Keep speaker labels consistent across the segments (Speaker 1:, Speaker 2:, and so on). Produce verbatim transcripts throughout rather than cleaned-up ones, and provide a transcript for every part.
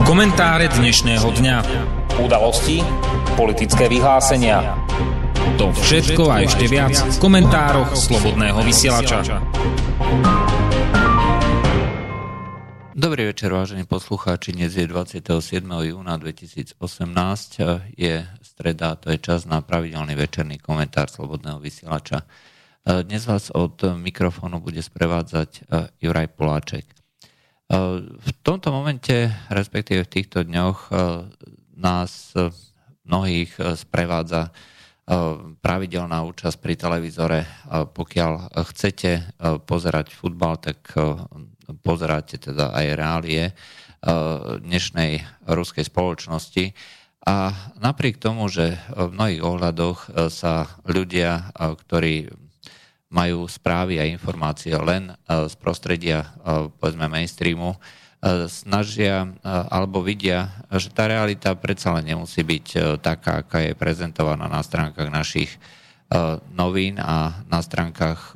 Speaker 1: Komentáre dnešného dňa.
Speaker 2: Udalosti, politické vyhlásenia.
Speaker 1: To všetko a ešte viac v komentároch Slobodného vysielača.
Speaker 3: Dobrý večer, vážení poslucháči. Dnes je dvadsiateho siedmeho júna dvetisícosemnásť. Je streda, to je čas na pravidelný večerný komentár Slobodného vysielača. Dnes vás od mikrofónu bude sprevádzať Juraj Poláček. V tomto momente, respektíve v týchto dňoch, nás mnohých sprevádza pravidelná účasť pri televízore. Pokiaľ chcete pozerať futbal, tak pozeráte teda aj reálie dnešnej ruskej spoločnosti. A napriek tomu, že v mnohých ohľadoch sa ľudia, ktorí majú správy a informácie len z prostredia, povedzme, mainstreamu, snažia alebo vidia, že tá realita predsa len nemusí byť taká, aká je prezentovaná na stránkach našich novín a na stránkach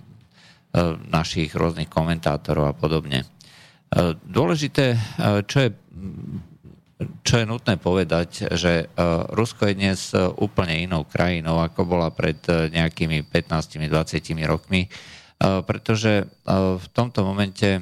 Speaker 3: našich rôznych komentátorov a podobne. Dôležité, čo je Čo je nutné povedať, že Rusko je dnes úplne inou krajinou, ako bola pred nejakými pätnástimi dvadsiatimi rokmi, pretože v tomto momente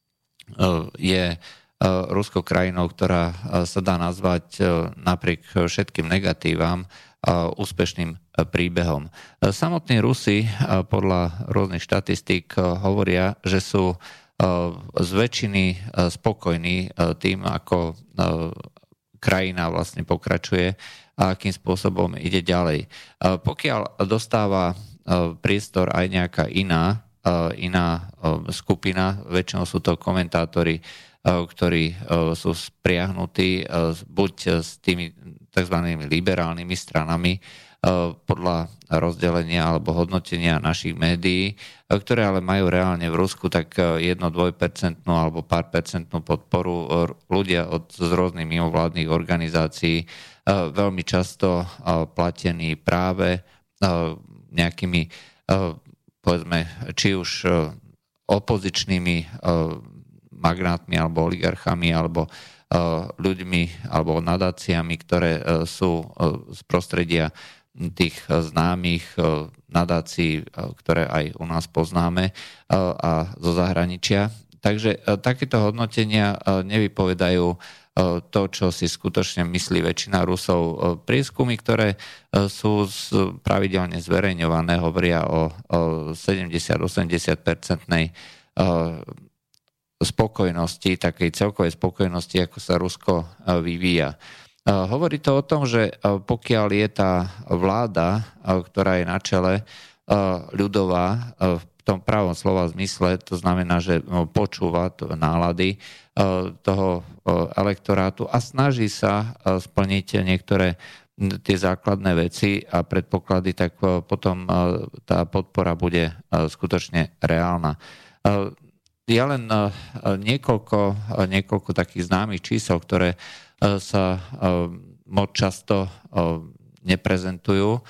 Speaker 3: je Rusko krajinou, ktorá sa dá nazvať napriek všetkým negatívam úspešným príbehom. Samotní Rusi podľa rôznych štatistík hovoria, že sú z väčšiny spokojní tým, ako krajina vlastne pokračuje a akým spôsobom ide ďalej. Pokiaľ dostáva priestor aj nejaká iná, iná skupina, väčšinou sú to komentátori, ktorí sú spriahnutí buď s tými tzv. Liberálnymi stranami, podľa rozdelenia alebo hodnotenia našich médií, ktoré ale majú reálne v Rusku tak jedno dvojpercentnú alebo pár percentnú podporu. Ľudia od, z rôznych mimovládnych organizácií, veľmi často platení práve nejakými, povedzme, či už opozičnými magnátmi alebo oligarchami alebo ľuďmi alebo nadáciami, ktoré sú z prostredia tých známych nadácií, ktoré aj u nás poznáme a zo zahraničia. Takže takéto hodnotenia nevypovedajú to, čo si skutočne myslí väčšina Rusov. Prieskumy, ktoré sú pravidelne zverejňované, hovoria o sedemdesiat až osemdesiat percentnej spokojnosti, takej celkovej spokojnosti, ako sa Rusko vyvíja. Hovorí to o tom, že pokiaľ je tá vláda, ktorá je na čele, ľudová, v tom pravom slova zmysle, to znamená, že počúva nálady toho elektorátu a snaží sa splniť niektoré tie základné veci a predpoklady, tak potom tá podpora bude skutočne reálna. Ja len niekoľko, niekoľko takých známych čísel, ktoré sa moc často neprezentujú.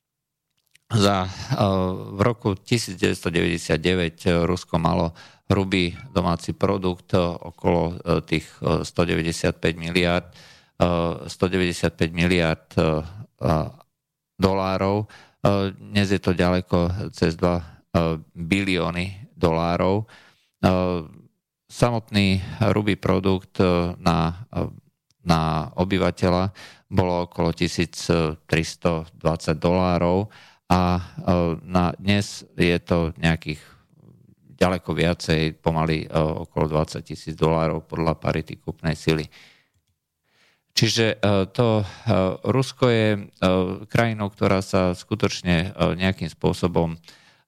Speaker 3: Za, v roku devätnásťstodeväťdesiatdeväť Rusko malo hrubý domáci produkt okolo tých stodeväťdesiatpäť miliárd, stodeväťdesiatpäť miliárd dolárov. Dnes je to ďaleko cez dva bilióny dolárov. Samotný hrubý produkt na na obyvateľa bolo okolo tisíctristodvadsať dolárov a na dnes je to nejakých ďaleko viacej, pomaly okolo dvadsaťtisíc dolárov podľa parity kúpnej sily. Čiže to Rusko je krajinou, ktorá sa skutočne nejakým spôsobom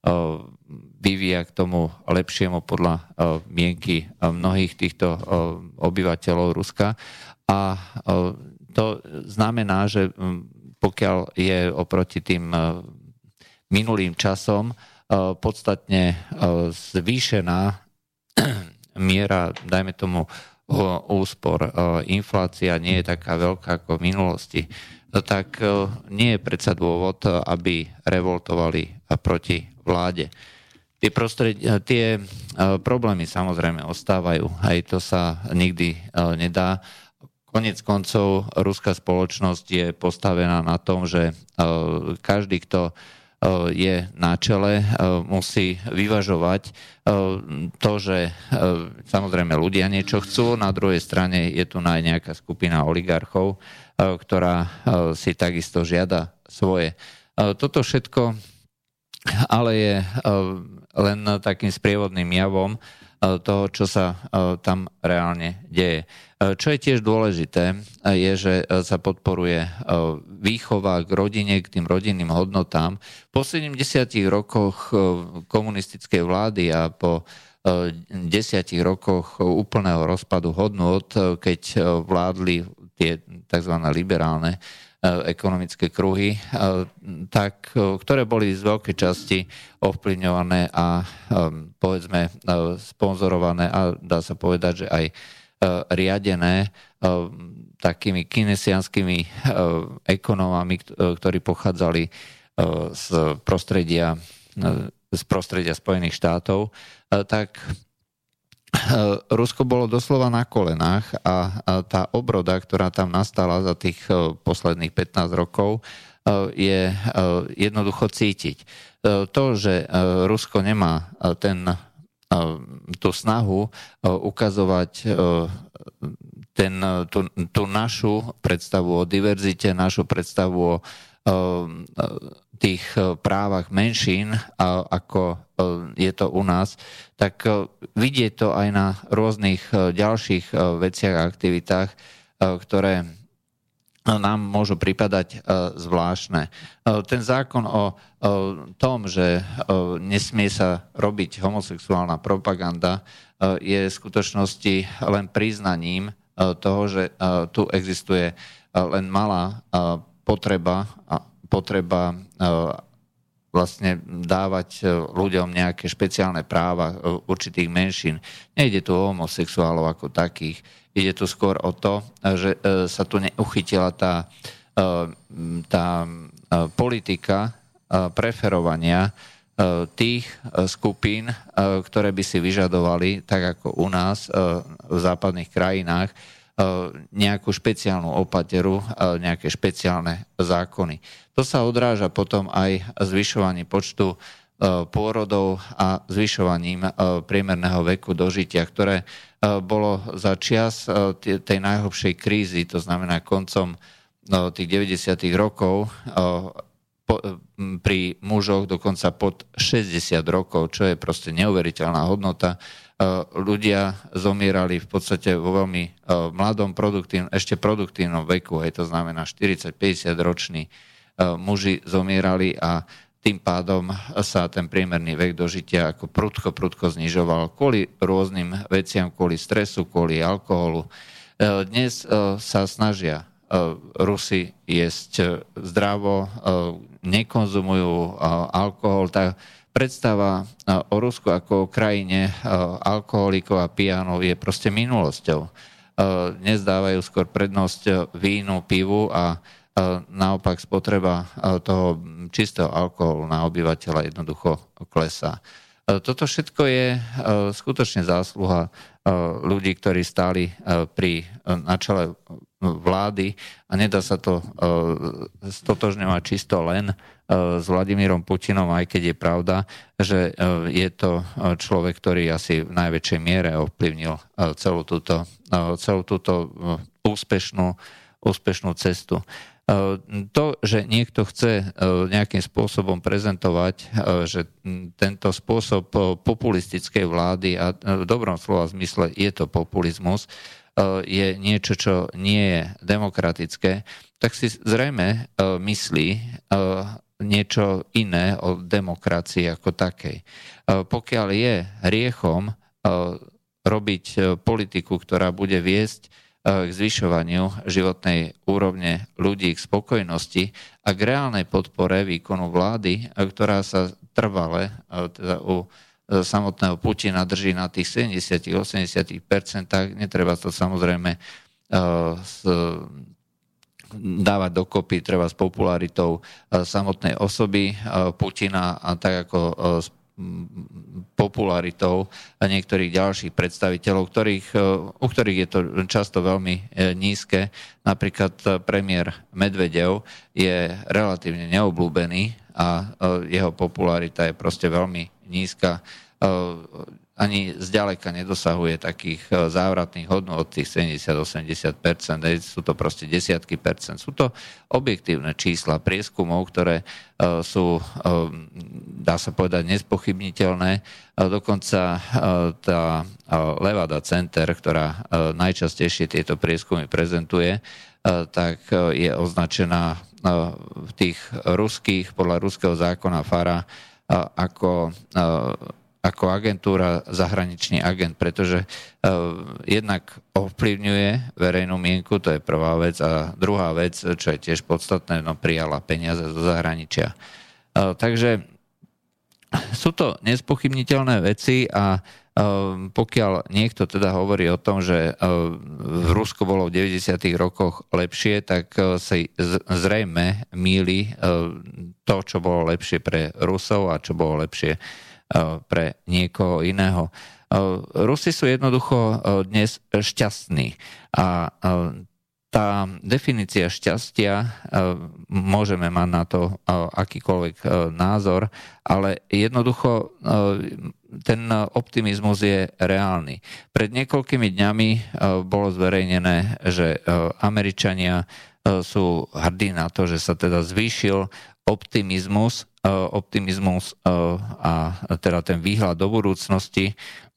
Speaker 3: vyvíja k tomu lepšiemu podľa mienky mnohých týchto obyvateľov Ruska. A to znamená, že pokiaľ je oproti tým minulým časom podstatne zvýšená miera, dajme tomu, úspor, inflácia nie je taká veľká ako v minulosti, tak nie je predsa dôvod, aby revoltovali proti vláde. Tie, prostred... tie problémy samozrejme ostávajú, aj to sa nikdy nedá Koniec koncov ruská spoločnosť je postavená na tom, že každý, kto je na čele, musí vyvažovať to, že samozrejme ľudia niečo chcú, na druhej strane je tu aj nejaká skupina oligarchov, ktorá si takisto žiada svoje. Toto všetko ale je len takým sprievodným javom toho, čo sa tam reálne deje. Čo je tiež dôležité, je, že sa podporuje výchova k rodine, k tým rodinným hodnotám. Po sedemdesiatich rokoch komunistickej vlády a po desiatich rokoch úplného rozpadu hodnôt, keď vládli tie tzv. Liberálne ekonomické kruhy, tak, ktoré boli z veľkej časti ovplyvňované a povedzme sponzorované a dá sa povedať, že aj riadené takými kinesianskými ekonómami, ktorí pochádzali z prostredia, z prostredia Spojených štátov, tak Rusko bolo doslova na kolenách a tá obroda, ktorá tam nastala za tých posledných pätnásť rokov, je jednoducho cítiť. To, že Rusko nemá ten, tú snahu ukazovať ten, tú, tú našu predstavu o diverzite, našu predstavu o tých právach menšín, ako je to u nás, tak vidieť to aj na rôznych ďalších veciach a aktivitách, ktoré nám môžu pripadať zvláštne. Ten zákon o tom, že nesmie sa robiť homosexuálna propaganda, je v skutočnosti len priznaním toho, že tu existuje len malá potreba, potreba vlastne dávať ľuďom nejaké špeciálne práva určitých menšín. Nejde tu o homosexuálov ako takých. Ide tu skôr o to, že sa tu neuchytila tá, tá politika preferovania tých skupín, ktoré by si vyžadovali, tak ako u nás v západných krajinách, nejakú špeciálnu opateru, nejaké špeciálne zákony. To sa odráža potom aj zvyšovaním počtu pôrodov a zvyšovaním priemerného veku dožitia, ktoré bolo za čias tej najhlbšej krízy, to znamená koncom tých deväťdesiatych rokov, pri mužoch dokonca pod šesťdesiat rokov, čo je proste neuveriteľná hodnota. Ľudia zomierali v podstate vo veľmi mladom, produktív, ešte produktívnom veku, aj to znamená štyridsať päťdesiat roční muži zomierali a tým pádom sa ten priemerný vek dožitia ako prudko, prudko znižoval kvôli rôznym veciam, kvôli stresu, kvôli alkoholu. Dnes sa snažia Rusi jesť zdravo, nekonzumujú alkohol, tak predstava o Rusku ako o krajine alkoholikov a pijánov je proste minulosťou. Dnes dávajú skôr prednosť vínu, pivu a naopak spotreba toho čistého alkoholu na obyvateľa jednoducho klesá. Toto všetko je skutočne zásluha ľudí, ktorí stáli pri na čele vlády a nedá sa to stotožňovať čisto len s Vladimírom Putinom, aj keď je pravda, že je to človek, ktorý asi v najväčšej miere ovplyvnil celú túto, celú túto úspešnú, úspešnú cestu. To, že niekto chce nejakým spôsobom prezentovať, že tento spôsob populistickej vlády, a v dobrom slova zmysle je to populizmus, je niečo, čo nie je demokratické, tak si zrejme myslí niečo iné o demokracii ako takej. Pokiaľ je hriechom robiť politiku, ktorá bude viesť k zvyšovaniu životnej úrovne ľudí, k spokojnosti a k reálnej podpore výkonu vlády, ktorá sa trvale teda u samotného Putina drží na tých sedemdesiat až osemdesiat percent, netreba to samozrejme dávať dokopy, treba s popularitou samotnej osoby Putina, a tak ako popularitou niektorých ďalších predstaviteľov, ktorých, u ktorých je to často veľmi nízke. Napríklad premiér Medvedev je relatívne neobľúbený a jeho popularita je proste veľmi nízka. Ani zďaleka nedosahuje takých závratných hodnôt od tých sedemdesiat až osemdesiat percent. Sú to proste desiatky percent. Sú to objektívne čísla prieskumov, ktoré sú, dá sa povedať, nespochybniteľné. Dokonca tá Levada Center, ktorá najčastejšie tieto prieskumy prezentuje, tak je označená v tých ruských, podľa ruského zákona FARA ako ako agentúra zahraničný agent, pretože uh, jednak ovplyvňuje verejnú mienku, to je prvá vec, a druhá vec, čo je tiež podstatné, no prijala peniaze zo zahraničia. Uh, takže sú to nespochybniteľné veci a uh, pokiaľ niekto teda hovorí o tom, že uh, v Rusku bolo v deväťdesiatych rokoch lepšie, tak uh, sa zrejme mýli uh, to, čo bolo lepšie pre Rusov a čo bolo lepšie pre niekoho iného. Rusi sú jednoducho dnes šťastní a tá definícia šťastia, môžeme mať na to akýkoľvek názor, ale jednoducho ten optimizmus je reálny. Pred niekoľkými dňami bolo zverejnené, že Američania sú hrdí na to, že sa teda zvýšil optimizmus, optimizmus a teda ten výhľad do budúcnosti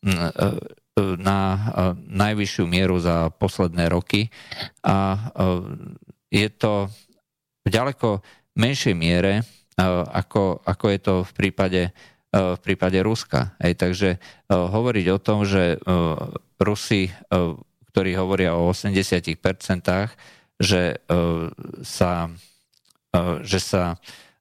Speaker 3: na najvyššiu mieru za posledné roky a je to v ďaleko menšej miere, ako, ako je to v prípade, v prípade Ruska. Hej, takže hovoriť o tom, že Rusi, ktorí hovoria o osemdesiat percent, že sa, že sa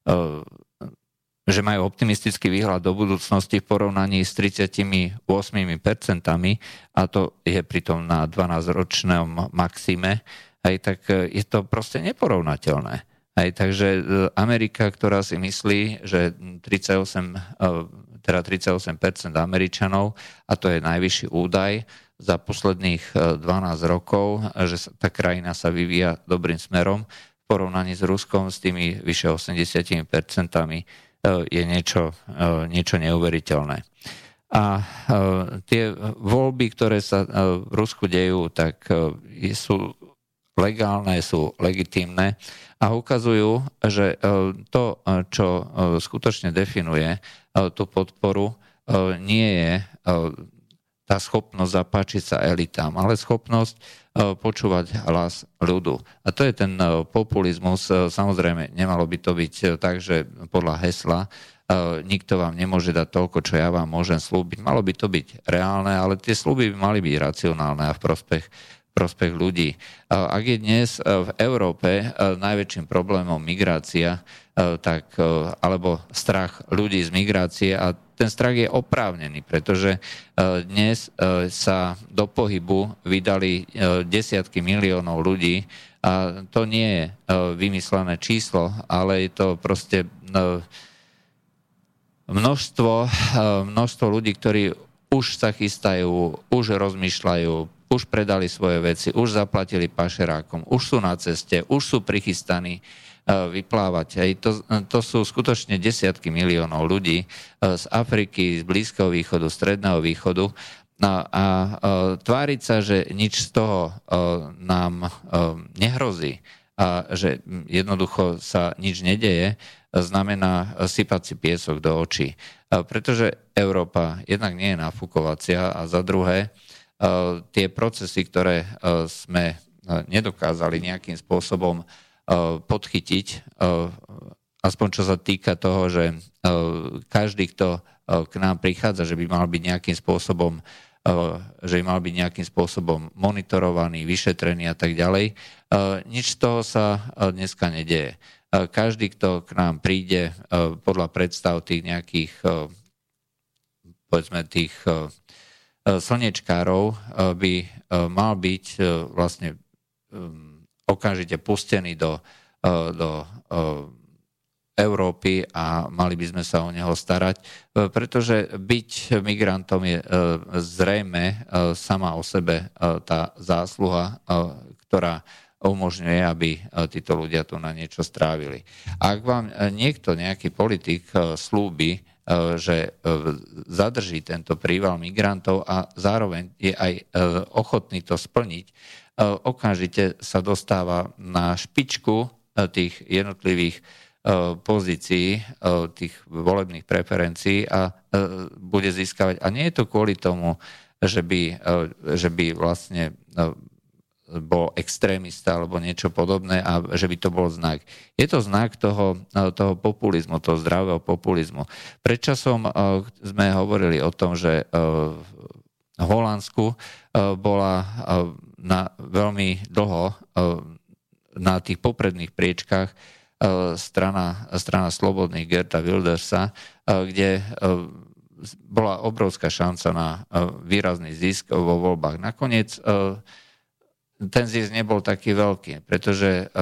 Speaker 3: že majú optimistický výhľad do budúcnosti v porovnaní s tridsaťosem percent a to je pritom na dvanásťročnom maxime, aj tak je to proste neporovnateľné. Aj takže Amerika, ktorá si myslí, že tridsaťosem, teda tridsaťosem percent Američanov, a to je najvyšší údaj za posledných dvanásť rokov, že tá krajina sa vyvíja dobrým smerom v porovnaní s Ruskom s tými vyše osemdesiat percent je niečo, niečo neuveriteľné. A tie voľby, ktoré sa v Rusku dejú, tak sú legálne, sú legitímne a ukazujú, že to, čo skutočne definuje tú podporu, nie je tá schopnosť zapáčiť sa elitám, ale schopnosť počúvať hlas ľudu. A to je ten populizmus. Samozrejme, nemalo by to byť tak, že podľa hesla nikto vám nemôže dať toľko, čo ja vám môžem slúbiť. Malo by to byť reálne, ale tie sľuby by mali byť racionálne a v prospech, prospech ľudí. Ak je dnes v Európe najväčším problémom migrácia, tak, alebo strach ľudí z migrácie, a ten strach je oprávnený, pretože dnes sa do pohybu vydali desiatky miliónov ľudí a to nie je vymyslené číslo, ale je to proste množstvo, množstvo ľudí, ktorí už sa chystajú, už rozmýšľajú, už predali svoje veci, už zaplatili pašerákom, už sú na ceste, už sú prichystaní vyplávať. Hej. To, to sú skutočne desiatky miliónov ľudí z Afriky, z Blízkeho východu, Stredného východu. No a, a tváriť sa, že nič z toho nám nehrozí a že jednoducho sa nič nedeje, znamená sypať si piesok do očí. Pretože Európa jednak nie je nafúkovacia a za druhé tie procesy, ktoré sme nedokázali nejakým spôsobom podchytiť, aspoň čo sa týka toho, že každý, kto k nám prichádza, že by mal byť nejakým spôsobom, že by mal byť nejakým spôsobom monitorovaný, vyšetrený a tak ďalej. Nič z toho sa dneska nedeje. Každý, kto k nám príde podľa predstav tých nejakých, povedzme, tých slniečkárov, by mal byť vlastne okamžite pustený do, do Európy a mali by sme sa o neho starať, pretože byť migrantom je zrejme sama o sebe tá zásluha, ktorá umožňuje, aby títo ľudia tu na niečo strávili. Ak vám niekto, nejaký politik slúbi, že zadrží tento príval migrantov a zároveň je aj ochotný to splniť, okamžite sa dostáva na špičku tých jednotlivých pozícií, tých volebných preferencií a bude získavať. A nie je to kvôli tomu, že by, že by vlastne bol extrémista alebo niečo podobné a že by to bol znak. Je to znak toho, toho populizmu, toho zdravého populizmu. Predčasom sme hovorili o tom, že v Holandsku bola na veľmi dlho na tých popredných priečkách strana, strana slobodných Geerta Wildersa, kde bola obrovská šanca na výrazný zisk vo voľbách. Nakoniec ten zisk nebol taký veľký, pretože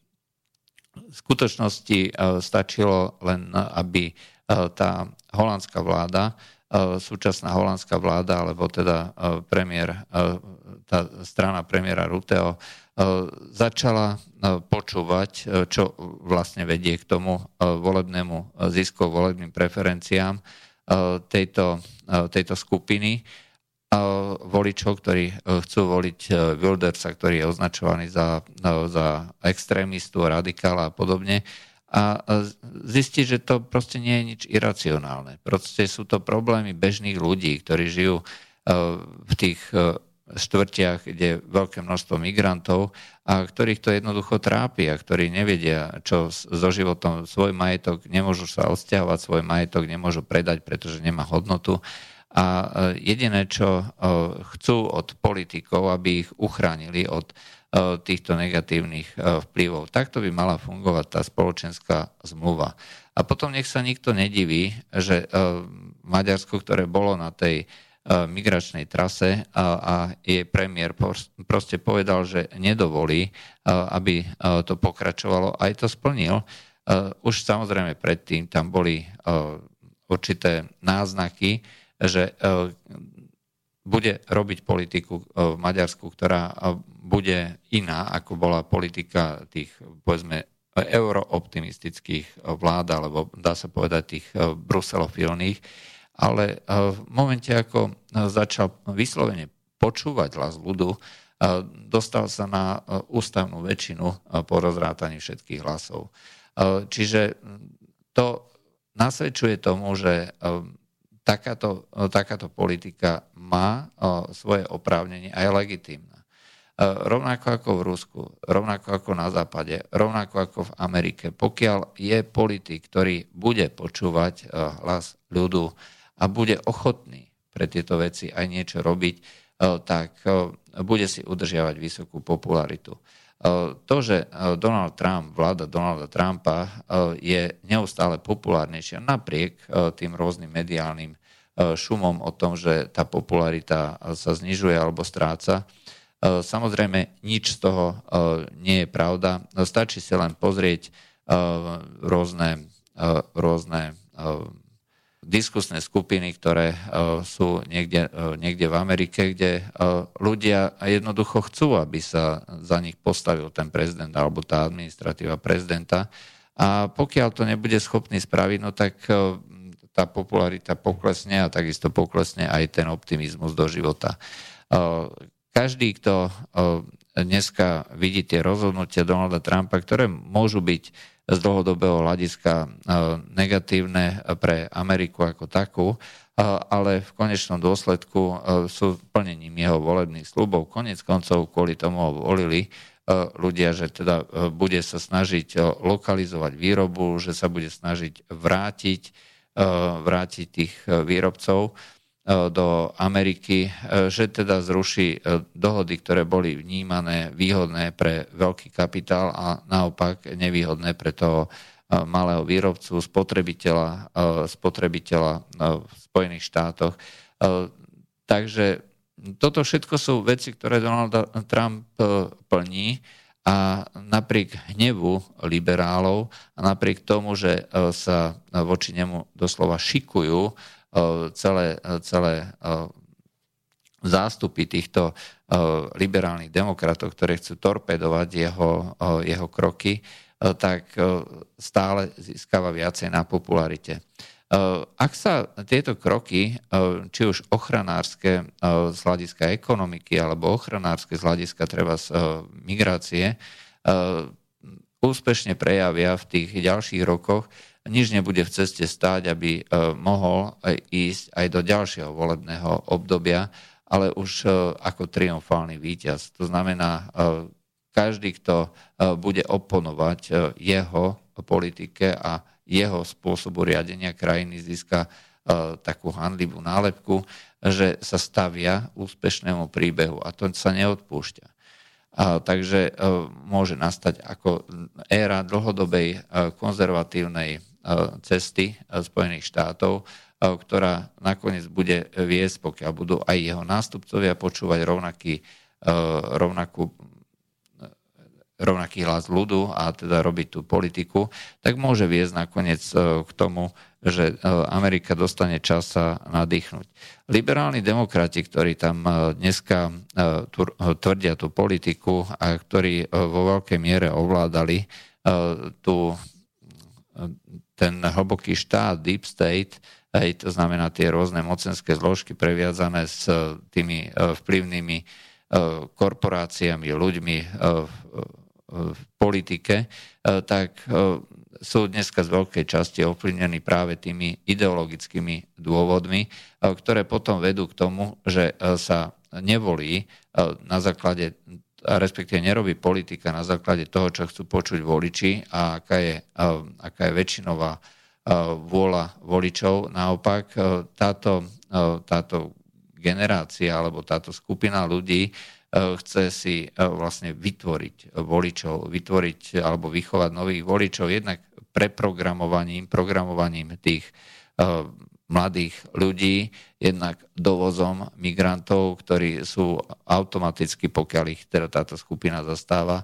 Speaker 3: v skutočnosti stačilo len, aby tá holandská vláda, súčasná holandská vláda, alebo teda premiér, tá strana premiéra Rutteho, začala počúvať, čo vlastne vedie k tomu volebnému zisku, volebným preferenciám tejto, tejto skupiny voličov, ktorí chcú voliť Wildersa, ktorý je označovaný za, za extrémistu, radikála a podobne. A zistiť, že to proste nie je nič iracionálne. Proste sú to problémy bežných ľudí, ktorí žijú v tých štvrtiach, kde je veľké množstvo migrantov a ktorých to jednoducho trápi a ktorí nevedia, čo so životom, svoj majetok, nemôžu sa odsťahovať, svoj majetok nemôžu predať, pretože nemá hodnotu. A jediné, čo chcú od politikov, aby ich uchránili od týchto negatívnych vplyvov. Takto by mala fungovať tá spoločenská zmluva. A potom nech sa nikto nediví, že Maďarsko, ktoré bolo na tej migračnej trase a, a jej premiér proste povedal, že nedovolí, aby to pokračovalo, aj to splnil. Už samozrejme predtým tam boli určité náznaky, že bude robiť politiku v Maďarsku, ktorá bude iná, ako bola politika tých, povedzme, eurooptimistických vlád, alebo dá sa povedať tých bruselofilných. Ale v momente, ako začal vyslovene počúvať hlas ľudu, dostal sa na ústavnú väčšinu po rozrátaní všetkých hlasov. Čiže to nasvedčuje tomu, že Takáto, takáto politika má svoje oprávnenie a je legitímna. Rovnako ako v Rusku, rovnako ako na Západe, rovnako ako v Amerike. Pokiaľ je politik, ktorý bude počúvať hlas ľudu a bude ochotný pre tieto veci aj niečo robiť, tak bude si udržiavať vysokú popularitu. To, že Donald Trump, vláda Donalda Trumpa je neustále populárnejšia napriek tým rôznym mediálnym šumom o tom, že tá popularita sa znižuje alebo stráca. Samozrejme, nič z toho nie je pravda. Stačí si len pozrieť rôzne, rôzne diskusné skupiny, ktoré sú niekde, niekde v Amerike, kde ľudia jednoducho chcú, aby sa za nich postavil ten prezident alebo tá administratíva prezidenta. A pokiaľ to nebude schopný spraviť, no tak tá popularita poklesne a takisto poklesne aj ten optimizmus do života. Každý, kto dneska vidí tie rozhodnutia Donalda Trumpa, ktoré môžu byť z dlhodobého hľadiska negatívne pre Ameriku ako takú, ale v konečnom dôsledku sú plnením jeho volebných sľubov. Koniec koncov kvôli tomu ho volili ľudia, že teda bude sa snažiť lokalizovať výrobu, že sa bude snažiť vrátiť, vrátiť tých výrobcov do Ameriky, že teda zruší dohody, ktoré boli vnímané výhodné pre veľký kapitál a naopak nevýhodné pre toho malého výrobcu, spotrebiteľa, spotrebiteľa v Spojených štátoch. Takže toto všetko sú veci, ktoré Donald Trump plní A napriek hnevu liberálov a napriek tomu, že sa voči nemu doslova šikujú celé, celé zástupy týchto liberálnych demokratov, ktoré chcú torpedovať jeho, jeho kroky, tak stále získava viacej na popularite. Ak sa tieto kroky, či už ochranárske z hľadiska ekonomiky alebo ochranárske z hľadiska treba z migrácie, úspešne prejavia v tých ďalších rokoch, nič nebude v ceste stáť, aby mohol ísť aj do ďalšieho volebného obdobia, ale už ako triumfálny víťaz. To znamená, každý, kto bude oponovať jeho politike a jeho spôsobu riadenia krajiny, získa uh, takú hanlivú nálepku, že sa stavia úspešnému príbehu a to sa neodpúšťa. Uh, takže uh, môže nastať ako éra dlhodobej uh, konzervatívnej uh, cesty uh, Spojených štátov, uh, ktorá nakoniec bude viesť, pokiaľ budú aj jeho nástupcovia počúvať rovnaký, uh, rovnakú rovnaký hlas ľudu a teda robiť tú politiku, tak môže viesť nakoniec k tomu, že Amerika dostane čas sa nadýchnuť. Liberálni demokrati, ktorí tam dneska tvrdia tú politiku a ktorí vo veľkej miere ovládali tú, ten hlboký štát, deep state, aj to znamená tie rôzne mocenské zložky previazané s tými vplyvnými korporáciami, ľuďmi v politike, tak sú dneska z veľkej časti ovplyvnení práve tými ideologickými dôvodmi, ktoré potom vedú k tomu, že sa nevolí na základe, respektíve nerobí politika na základe toho, čo chcú počuť voliči a aká je, aká je väčšinová vôľa voličov. Naopak táto, táto generácia alebo táto skupina ľudí chce si vlastne vytvoriť voličov, vytvoriť alebo vychovať nových voličov, jednak preprogramovaním, programovaním tých mladých ľudí, jednak dovozom migrantov, ktorí sú automaticky, pokiaľ ich teda táto skupina zastáva,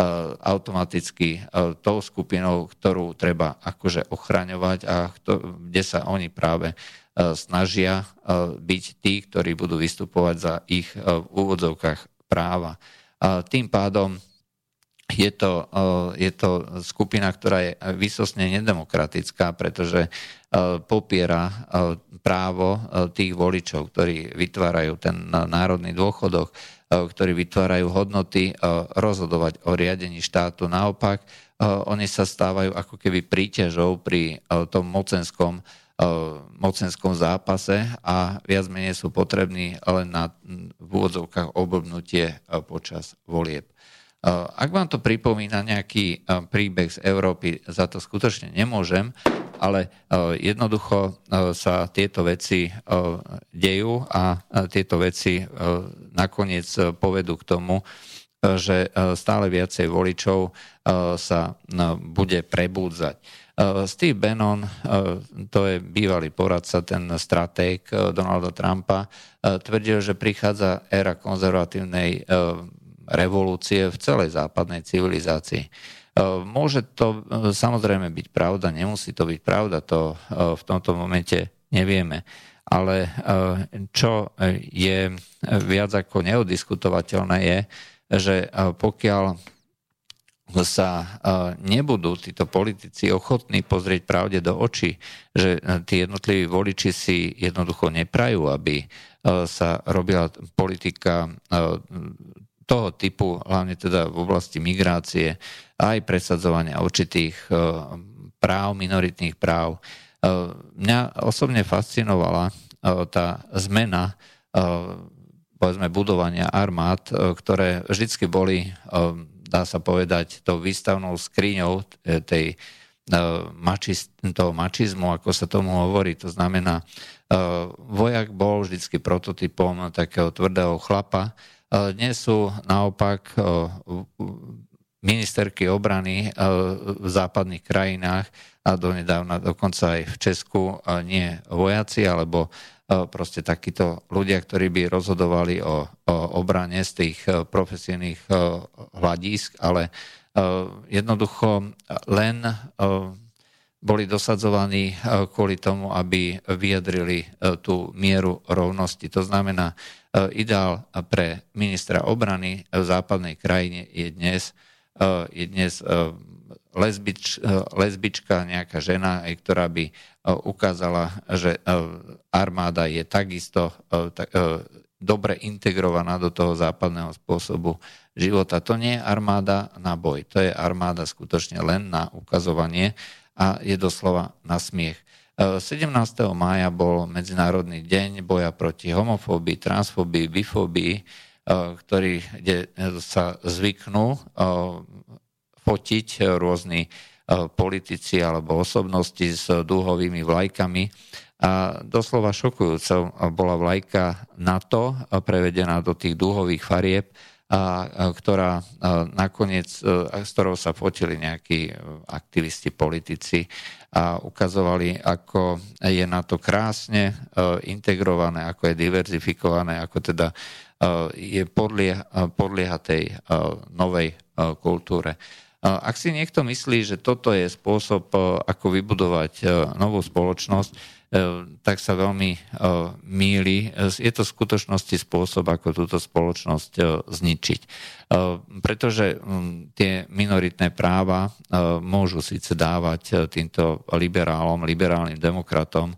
Speaker 3: automaticky tou skupinou, ktorú treba akože ochraňovať a kde sa oni práve snažia byť tí, ktorí budú vystupovať za ich v úvodzovkách práva. Tým pádom je to, je to skupina, ktorá je výsostne nedemokratická, pretože popiera právo tých voličov, ktorí vytvárajú ten národný dôchodok, ktorí vytvárajú hodnoty, rozhodovať o riadení štátu. Naopak, oni sa stávajú ako keby príťažou pri tom mocenskom mocenskom zápase a viac menej sú potrební len na v úvodzovkách oblbnutie počas volieb. Ak vám to pripomína nejaký príbeh z Európy, za to skutočne nemôžem, ale jednoducho sa tieto veci dejú a tieto veci nakoniec povedú k tomu, že stále viacej voličov sa bude prebúdzať. Steve Bannon, to je bývalý poradca, ten stratég Donalda Trumpa, tvrdil, že prichádza éra konzervatívnej revolúcie v celej západnej civilizácii. Môže to samozrejme byť pravda, nemusí to byť pravda, to v tomto momente nevieme. Ale čo je viac ako neodiskutovateľné je, že pokiaľ sa nebudú títo politici ochotní pozrieť pravde do očí, že tí jednotliví voliči si jednoducho neprajú, aby sa robila politika toho typu, hlavne teda v oblasti migrácie, aj presadzovania určitých práv, minoritných práv. Mňa osobne fascinovala tá zmena, povedzme, budovania armád, ktoré vždycky boli, dá sa povedať, tou výstavnou skriňou tej mačiz, toho mačizmu, ako sa tomu hovorí. To znamená, vojak bol vždycky prototypom takého tvrdého chlapa. Dnes sú naopak ministerky obrany v západných krajinách a donedávna dokonca aj v Česku nie vojaci alebo proste takíto ľudia, ktorí by rozhodovali o, o obrane z tých profesijných hľadísk, ale jednoducho len boli dosadzovaní kvôli tomu, aby vyjadrili tú mieru rovnosti. To znamená, ideál pre ministra obrany v západnej krajine je dnes, je dnes lesbič, lesbička, nejaká žena, ktorá by ukázala, že armáda je takisto dobre integrovaná do toho západného spôsobu života. To nie je armáda na boj, to je armáda skutočne len na ukazovanie a je doslova na smiech. sedemnásteho mája bol Medzinárodný deň boja proti homofóbii, transfóbii, bifóbii, ktorý, kde sa zvyknú fotiť rôzni politici alebo osobnosti s dúhovými vlajkami. A doslova šokujúco bola vlajka NATO prevedená do tých dúhových farieb, a ktorá nakoniec, s ktorou sa fotili nejakí aktivisti, politici a ukazovali, ako je NATO krásne integrované, ako je diverzifikované, ako teda je podlieha, podlieha tej novej kultúre. Ak si niekto myslí, že toto je spôsob, ako vybudovať novú spoločnosť, tak sa veľmi mýli. Je to v skutočnosti spôsob, ako túto spoločnosť zničiť. Pretože tie minoritné práva môžu síce dávať týmto liberálom, liberálnym demokratom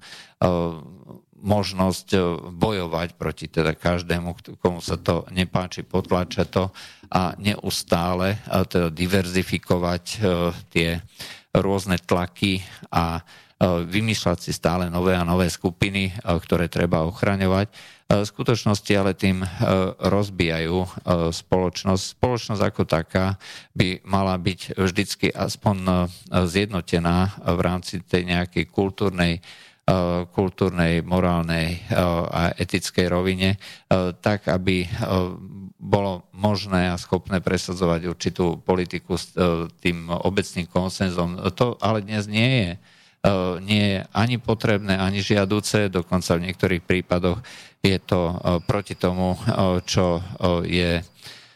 Speaker 3: možnosť bojovať proti teda každému, komu sa to nepáči, potlača to a neustále teda diverzifikovať tie rôzne tlaky a vymýšľať si stále nové a nové skupiny, ktoré treba ochraňovať. V skutočnosti ale tým rozbijajú spoločnosť. Spoločnosť ako taká by mala byť vždycky aspoň zjednotená v rámci tej nejakej kultúrnej kultúrnej, morálnej a etickej rovine, tak, aby bolo možné a schopné presadzovať určitú politiku s tým obecným konsenzom. To ale dnes nie je. Nie je ani potrebné, ani žiaduce, dokonca v niektorých prípadoch je to proti tomu, čo je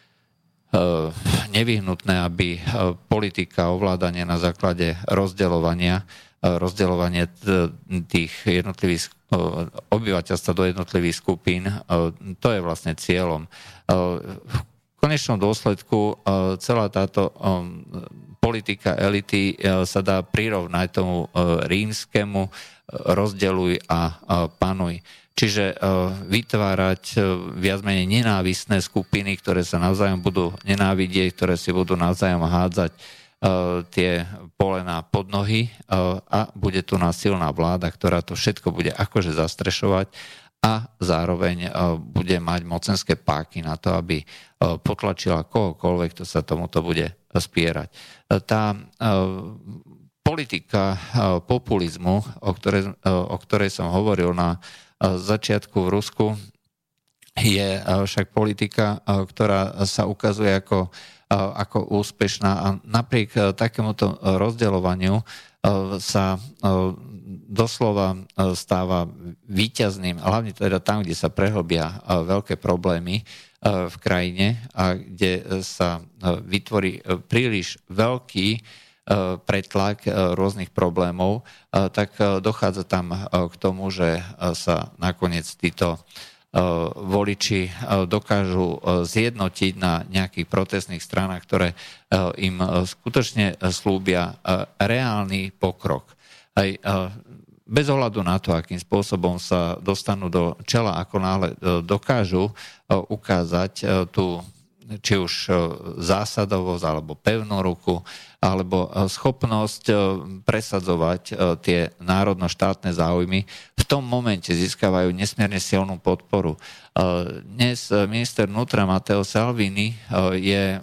Speaker 3: nevyhnutné, aby politika ovládania na základe rozdeľovania rozdeľovanie tých jednotlivých obyvateľstva do jednotlivých skupín, to je vlastne cieľom. V konečnom dôsledku celá táto politika elity sa dá prirovnať tomu rímskemu rozdeľuj a panuj. Čiže vytvárať viac menej nenávistné skupiny, ktoré sa navzájom budú nenávidieť, ktoré si budú navzájom hádzať tie polená pod nohy a bude tu silná vláda, ktorá to všetko bude akože zastrešovať a zároveň bude mať mocenské páky na to, aby potlačila kohokoľvek, kto sa tomuto bude spierať. Tá politika populizmu, o ktorej, o ktorej som hovoril na začiatku v Rusku, je však politika, ktorá sa ukazuje ako ako úspešná a napriek takémuto rozdeľovaniu sa doslova stáva víťazným, hlavne teda tam, kde sa prehlbia veľké problémy v krajine a kde sa vytvorí príliš veľký pretlak rôznych problémov, tak dochádza tam k tomu, že sa nakoniec títo voliči dokážu zjednotiť na nejakých protestných stranách, ktoré im skutočne slúbia reálny pokrok. Aj bez ohľadu na to, akým spôsobom sa dostanú do čela, ako náhle dokážu ukázať tú či už zásadovosť, alebo pevnú ruku, alebo schopnosť presadzovať tie národno-štátne záujmy, v tom momente získavajú nesmierne silnú podporu. Dnes minister vnútra Matteo Salvini je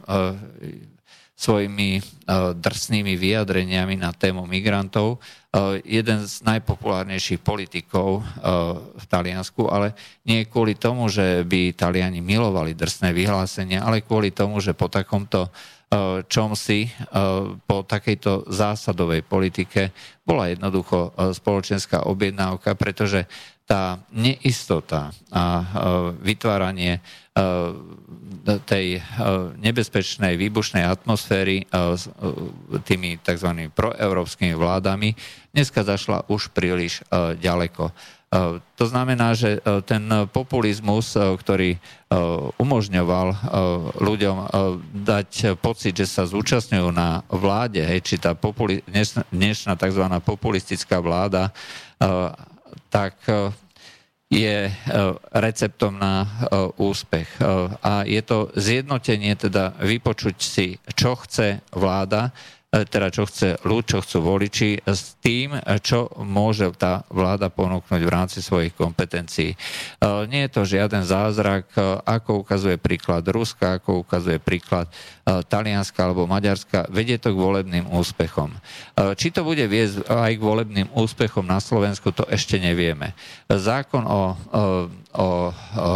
Speaker 3: svojimi drsnými vyjadreniami na tému migrantov jeden z najpopulárnejších politikov v Taliansku, ale nie kvôli tomu, že by Taliani milovali drsné vyhlásenia, ale kvôli tomu, že po takomto čomsi po takejto zásadovej politike bola jednoducho spoločenská objednávka, pretože tá neistota a vytváranie tej nebezpečnej výbušnej atmosféry tými tzv. Proeurópskymi vládami dneska zašla už príliš ďaleko. To znamená, že ten populizmus, ktorý umožňoval ľuďom dať pocit, že sa zúčastňujú na vláde, hej, či tá populi- dnešná tzv. Populistická vláda, tak je receptom na úspech. A je to zjednotenie, teda vypočuť si, čo chce vláda, teda čo chce ľud, čo chcú voliči, s tým, čo môže tá vláda ponúknuť v rámci svojich kompetencií. Nie je to žiaden zázrak, ako ukazuje príklad Ruska, ako ukazuje príklad Talianska alebo Maďarska, vedie to k volebným úspechom. Či to bude viesť aj k volebným úspechom na Slovensku, to ešte nevieme. Zákon o, o, o, o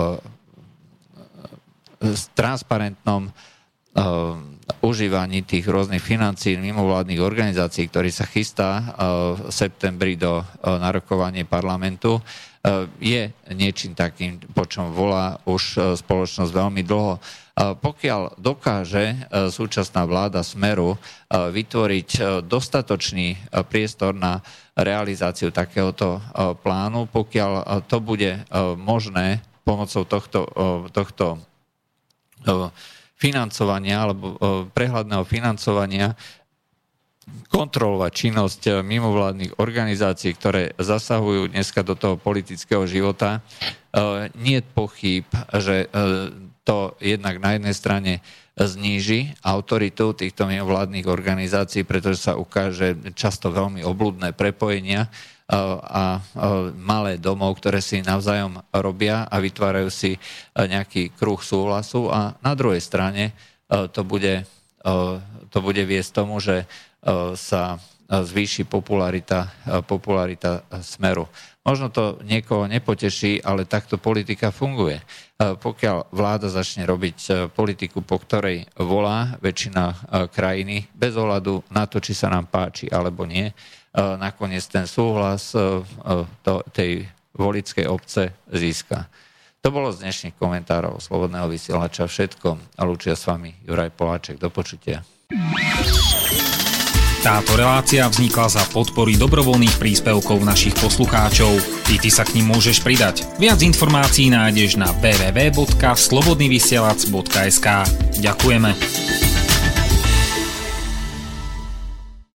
Speaker 3: transparentnom užívaní tých rôznych financií mimovládnych organizácií, ktorý sa chystá v septembri do narokovania parlamentu, je niečím takým, po čom volá už spoločnosť veľmi dlho. Pokiaľ dokáže súčasná vláda Smeru vytvoriť dostatočný priestor na realizáciu takéhoto plánu, pokiaľ to bude možné pomocou tohto, tohto financovania alebo prehľadného financovania kontrolovať činnosť mimovládnych organizácií, ktoré zasahujú dneska do toho politického života. Nie je pochyb, že to jednak na jednej strane zníži autoritu týchto mimovládnych organizácií, pretože sa ukáže často veľmi obľudné prepojenia a malé domov, ktoré si navzájom robia a vytvárajú si nejaký kruh súhlasu, a na druhej strane to bude, to bude viesť tomu, že sa zvýši popularita, popularita Smeru. Možno to niekoho nepoteší, ale takto politika funguje. Pokiaľ vláda začne robiť politiku, po ktorej volá väčšina krajiny, bez ohľadu na to, či sa nám páči alebo nie, nakoniec ten súhlas to, tej voličskej obce získa. To bolo z dnešných komentárov Slobodného vysielača všetko. A lúčia s vami Juraj Poláček. Do počutia.
Speaker 1: Táto relácia vznikla za podpory dobrovoľných príspevkov našich poslucháčov. Ty, ty sa k nim môžeš pridať. Viac informácií nájdeš na w w w bodka slobodnyvysielac bodka es ka. Ďakujeme.